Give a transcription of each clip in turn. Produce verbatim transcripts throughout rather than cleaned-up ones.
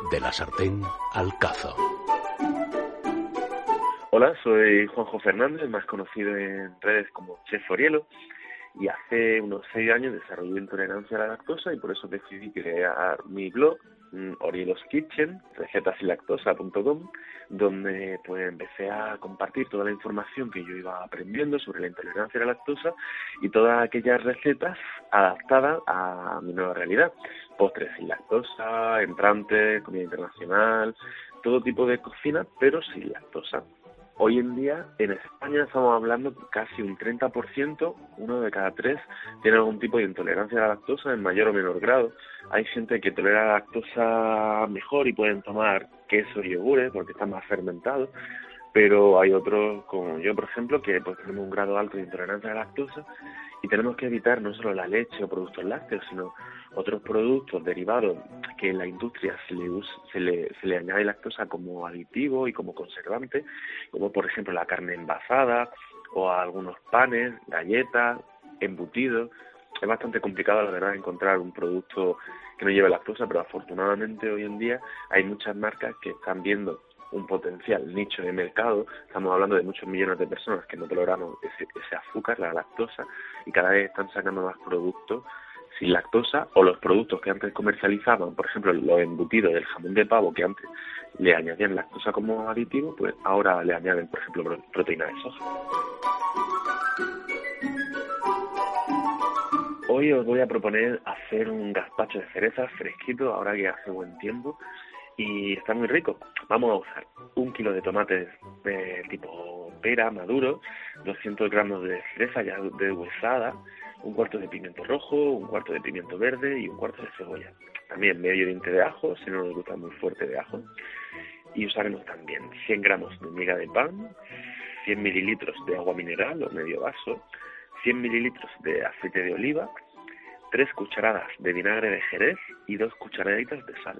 De la sartén al cazo. Hola, soy Juanjo Fernández, más conocido en redes como Chef Orielo, y hace unos seis años desarrollé intolerancia a la lactosa y por eso decidí crear mi blog, Orielos Kitchen, recetas sin lactosa punto com, donde pues empecé a compartir toda la información que yo iba aprendiendo sobre la intolerancia a la lactosa y todas aquellas recetas adaptadas a mi nueva realidad. Postres sin lactosa, entrantes, comida internacional, todo tipo de cocina, pero sin lactosa. Hoy en día, en España, estamos hablando que casi un treinta por ciento, uno de cada tres, tiene algún tipo de intolerancia a la lactosa en mayor o menor grado. Hay gente que tolera la lactosa mejor y pueden tomar queso y yogures porque están más fermentados, pero hay otros, como yo, por ejemplo, que pues tenemos un grado alto de intolerancia a la lactosa y tenemos que evitar no solo la leche o productos lácteos, sino otros productos derivados que en la industria se le, usa, se le, se le añade lactosa como aditivo y como conservante, como por ejemplo la carne envasada o algunos panes, galletas, embutidos. Es bastante complicado, la verdad, encontrar un producto que no lleve lactosa, pero afortunadamente hoy en día hay muchas marcas que están viendo un potencial nicho de mercado. Estamos hablando de muchos millones de personas que no toleramos ese, ese azúcar, la lactosa, y cada vez están sacando más productos sin lactosa, o los productos que antes comercializaban, por ejemplo, los embutidos del jamón de pavo, que antes le añadían lactosa como aditivo, pues ahora le añaden, por ejemplo, proteína de soja. Hoy os voy a proponer hacer un gazpacho de cerezas fresquito, ahora que hace buen tiempo, y está muy rico. Vamos a usar un kilo de tomates de tipo pera, maduro, doscientos gramos de cereza ya deshuesada, un cuarto de pimiento rojo, un cuarto de pimiento verde y un cuarto de cebolla. También medio diente de ajo, si no nos gusta muy fuerte de ajo. Y usaremos también cien gramos de miga de pan, cien mililitros de agua mineral o medio vaso, cien mililitros de aceite de oliva, tres cucharadas de vinagre de Jerez y dos cucharaditas de sal.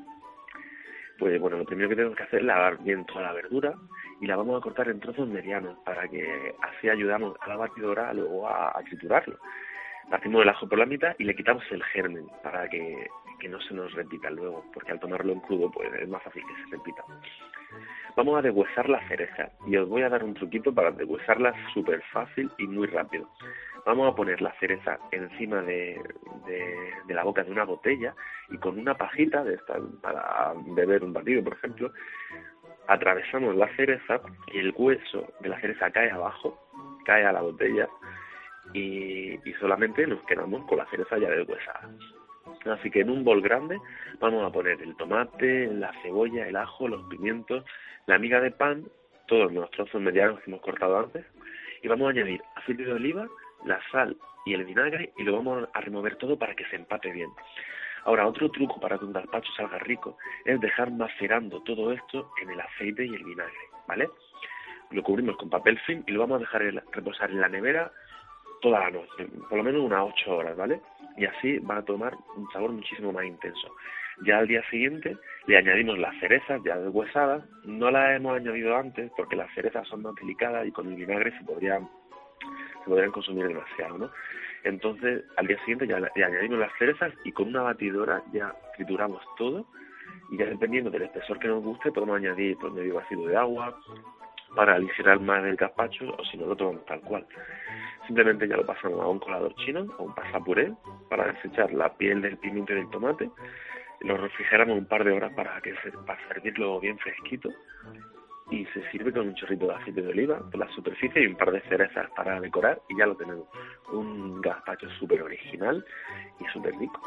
Pues bueno, lo primero que tenemos que hacer es lavar bien toda la verdura y la vamos a cortar en trozos medianos para que así ayudamos a la batidora luego a, a triturarlo. Partimos el ajo por la mitad y le quitamos el germen para que, que no se nos repita luego, porque al tomarlo en crudo pues es más fácil que se repita. Vamos a deshuesar la cereza y os voy a dar un truquito para deshuesarla súper fácil y muy rápido. Vamos a poner la cereza encima de, de, de la boca de una botella y con una pajita de esta para beber un batido, por ejemplo, atravesamos la cereza y el hueso de la cereza cae abajo, cae a la botella y, y solamente nos quedamos con la cereza ya deshuesada. Así que en un bol grande vamos a poner el tomate, la cebolla, el ajo, los pimientos, la miga de pan, todos los trozos medianos que hemos cortado antes, y vamos a añadir aceite de oliva, la sal y el vinagre y lo vamos a remover todo para que se empate bien. Ahora, otro truco para que un gazpacho salga rico es dejar macerando todo esto en el aceite y el vinagre, ¿vale? Lo cubrimos con papel film y lo vamos a dejar reposar en la nevera toda la noche, por lo menos unas ocho horas, ¿vale? Y así va a tomar un sabor muchísimo más intenso. Ya al día siguiente le añadimos las cerezas ya deshuesadas. No las hemos añadido antes porque las cerezas son más delicadas y con el vinagre se podrían se podrían consumir demasiado, ¿no? Entonces, al día siguiente ya le añadimos las cerezas y con una batidora ya trituramos todo y ya dependiendo del espesor que nos guste podemos añadir pues medio vasito de agua para aligerar más el gazpacho o si no lo tomamos tal cual. Simplemente ya lo pasamos a un colador chino o un pasapuré para desechar la piel del pimiento y del tomate. Lo refrigeramos un par de horas para que se, para servirlo bien fresquito y se sirve con un chorrito de aceite de oliva por la superficie y un par de cerezas para decorar y ya lo tenemos. Un gazpacho súper original y súper rico.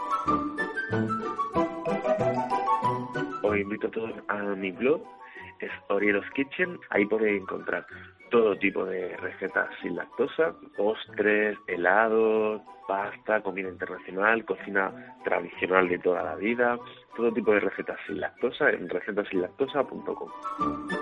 Os invito a todos a mi blog, es Orielos Kitchen. Ahí podéis encontrar todo tipo de recetas sin lactosa, postres, helados, pasta, comida internacional, cocina tradicional de toda la vida, todo tipo de recetas sin lactosa en recetas sin lactosa punto com.